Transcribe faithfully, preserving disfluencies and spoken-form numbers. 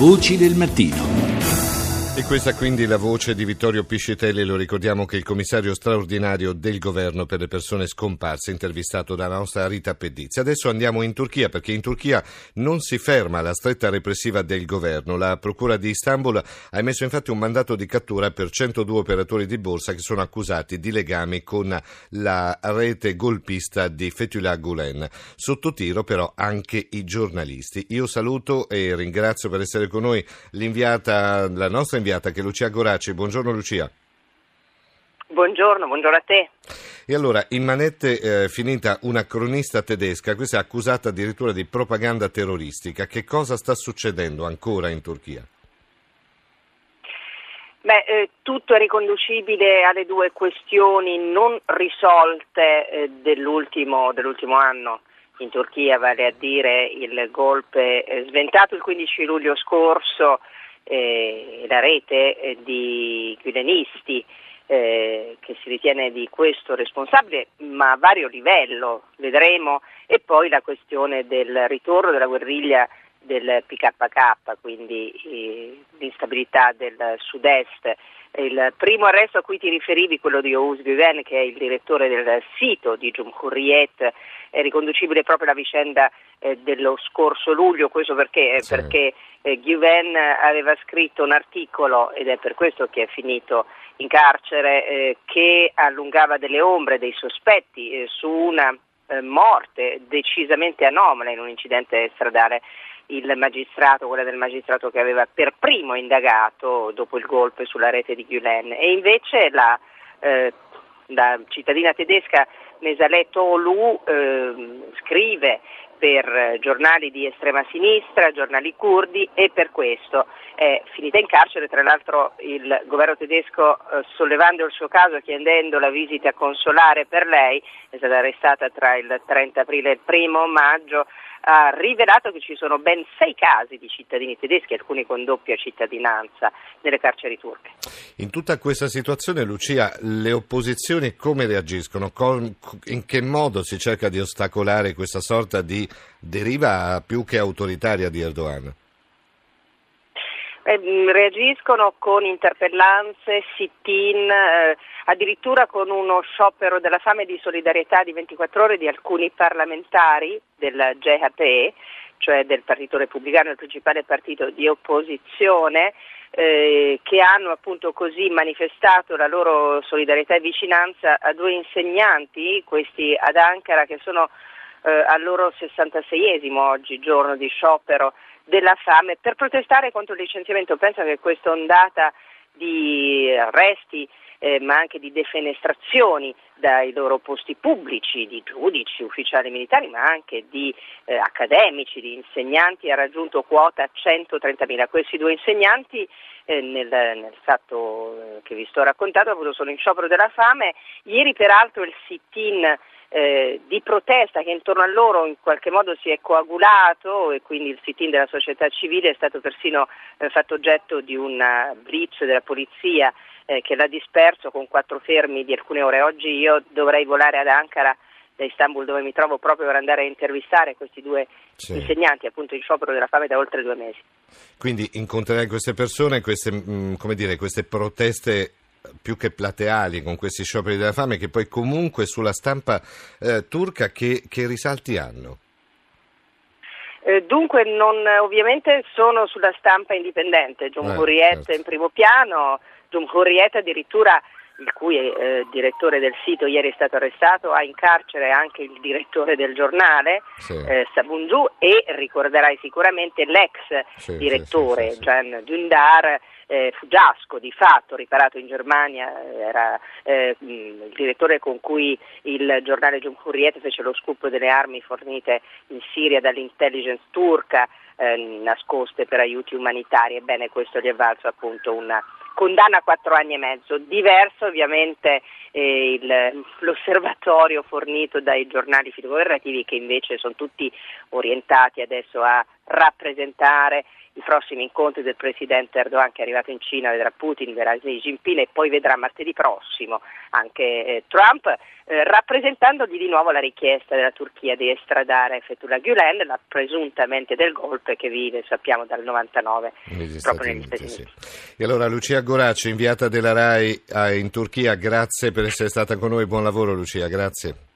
Voci del mattino. E questa quindi la voce di Vittorio Piscitelli. Lo ricordiamo che è il commissario straordinario del governo per le persone scomparse, intervistato dalla nostra Rita Pedizzi. Adesso andiamo in Turchia, perché in Turchia non si ferma la stretta repressiva del governo. La procura di Istanbul ha emesso infatti un mandato di cattura per centodue operatori di borsa che sono accusati di legami con la rete golpista di Fethullah Gulen. Sotto tiro però anche i giornalisti. Io saluto e ringrazio per essere con noi l'inviata, la nostra inviata che è Lucia Goracci. Buongiorno Lucia. Buongiorno, buongiorno a te. E allora, in manette è eh, finita una cronista tedesca, questa è accusata addirittura di propaganda terroristica. Che cosa sta succedendo ancora in Turchia? Beh, eh, tutto è riconducibile alle due questioni non risolte eh, dell'ultimo, dell'ultimo anno in Turchia, vale a dire il golpe eh, sventato il quindici luglio scorso, Eh, la rete eh, di gülenisti eh, che si ritiene di questo responsabile, ma a vario livello, vedremo, e poi la questione del ritorno della guerriglia del P K K, quindi eh, l'instabilità del sud-est. Il primo arresto a cui ti riferivi, quello di Oğuz Güven, che è il direttore del sito di Cumhuriyet, è riconducibile proprio alla vicenda eh, dello scorso luglio. Questo perché, sì. perché eh, Güven aveva scritto un articolo, ed è per questo che è finito in carcere, eh, che allungava delle ombre, dei sospetti eh, su una eh, morte decisamente anomala in un incidente stradale. Il magistrato, quella del magistrato che aveva per primo indagato dopo il golpe sulla rete di Gülen, e invece la, eh, la cittadina tedesca Mesalet Olu eh, scrive per giornali di estrema sinistra, giornali curdi, e per questo è finita in carcere. Tra l'altro il governo tedesco, eh, sollevando il suo caso, chiedendo la visita consolare per lei, è stata arrestata tra il trenta aprile e il primo maggio, ha rivelato che ci sono ben sei casi di cittadini tedeschi, alcuni con doppia cittadinanza, nelle carceri turche. In tutta questa situazione, Lucia, le opposizioni come reagiscono? In che modo si cerca di ostacolare questa sorta di deriva più che autoritaria di Erdogan? Eh, reagiscono con interpellanze, sit-in, eh, addirittura con uno sciopero della fame di solidarietà di ventiquattro ore di alcuni parlamentari del C H P, cioè del Partito Repubblicano, il principale partito di opposizione, eh, che hanno appunto così manifestato la loro solidarietà e vicinanza a due insegnanti, questi ad Ankara, che sono eh, al loro sessantaseiesimo oggi giorno di sciopero della fame per protestare contro il licenziamento. Penso che questa ondata di arresti eh, ma anche di defenestrazioni dai loro posti pubblici, di giudici, ufficiali militari, ma anche di eh, accademici, di insegnanti, ha raggiunto quota centotrentamila. Questi due insegnanti eh, nel, nel fatto che vi sto raccontando appunto sono in sciopero della fame. Ieri peraltro il sit-in Eh, di protesta che intorno a loro in qualche modo si è coagulato, e quindi il sit-in della società civile è stato persino eh, fatto oggetto di una blitz della polizia eh, che l'ha disperso con quattro fermi di alcune ore. Oggi io dovrei volare ad Ankara da Istanbul, dove mi trovo, proprio per andare a intervistare questi due sì. insegnanti appunto in sciopero della fame da oltre due mesi. Quindi incontrerai queste persone, queste, mh, come dire, queste proteste più che plateali, con questi scioperi della fame, che poi comunque sulla stampa eh, turca che, che risalti hanno? Eh, dunque non, ovviamente sono sulla stampa indipendente, Cumhuriyet eh, certo. in primo piano, Cumhuriyet addirittura, il cui eh, direttore del sito ieri è stato arrestato, ha in carcere anche il direttore del giornale, sì. eh, Sabuncu, e ricorderai sicuramente l'ex sì, direttore, sì, sì, sì, Can Dündar, eh, fuggiasco di fatto, riparato in Germania, era eh, il direttore con cui il giornale Cumhuriyet fece lo scoop delle armi fornite in Siria dall'intelligence turca, eh, nascoste per aiuti umanitari. Ebbene, questo gli è valso appunto una condanna a quattro anni e mezzo. Diverso ovviamente eh, il, l'osservatorio fornito dai giornali filogovernativi, che invece sono tutti orientati adesso a rappresentare i prossimi incontri del presidente Erdogan, che è arrivato in Cina, vedrà Putin, vedrà Xi Jinping e poi vedrà martedì prossimo anche eh, Trump, eh, rappresentandogli di nuovo la richiesta della Turchia di estradare Fethullah Gülen, la presuntamente del golpe che vive, sappiamo, dal novantanove negli proprio negli Stati Stati Uniti. Uniti. Sì. E allora Lucia Goracci, inviata della RAI in Turchia, grazie per essere stata con noi, buon lavoro Lucia, grazie.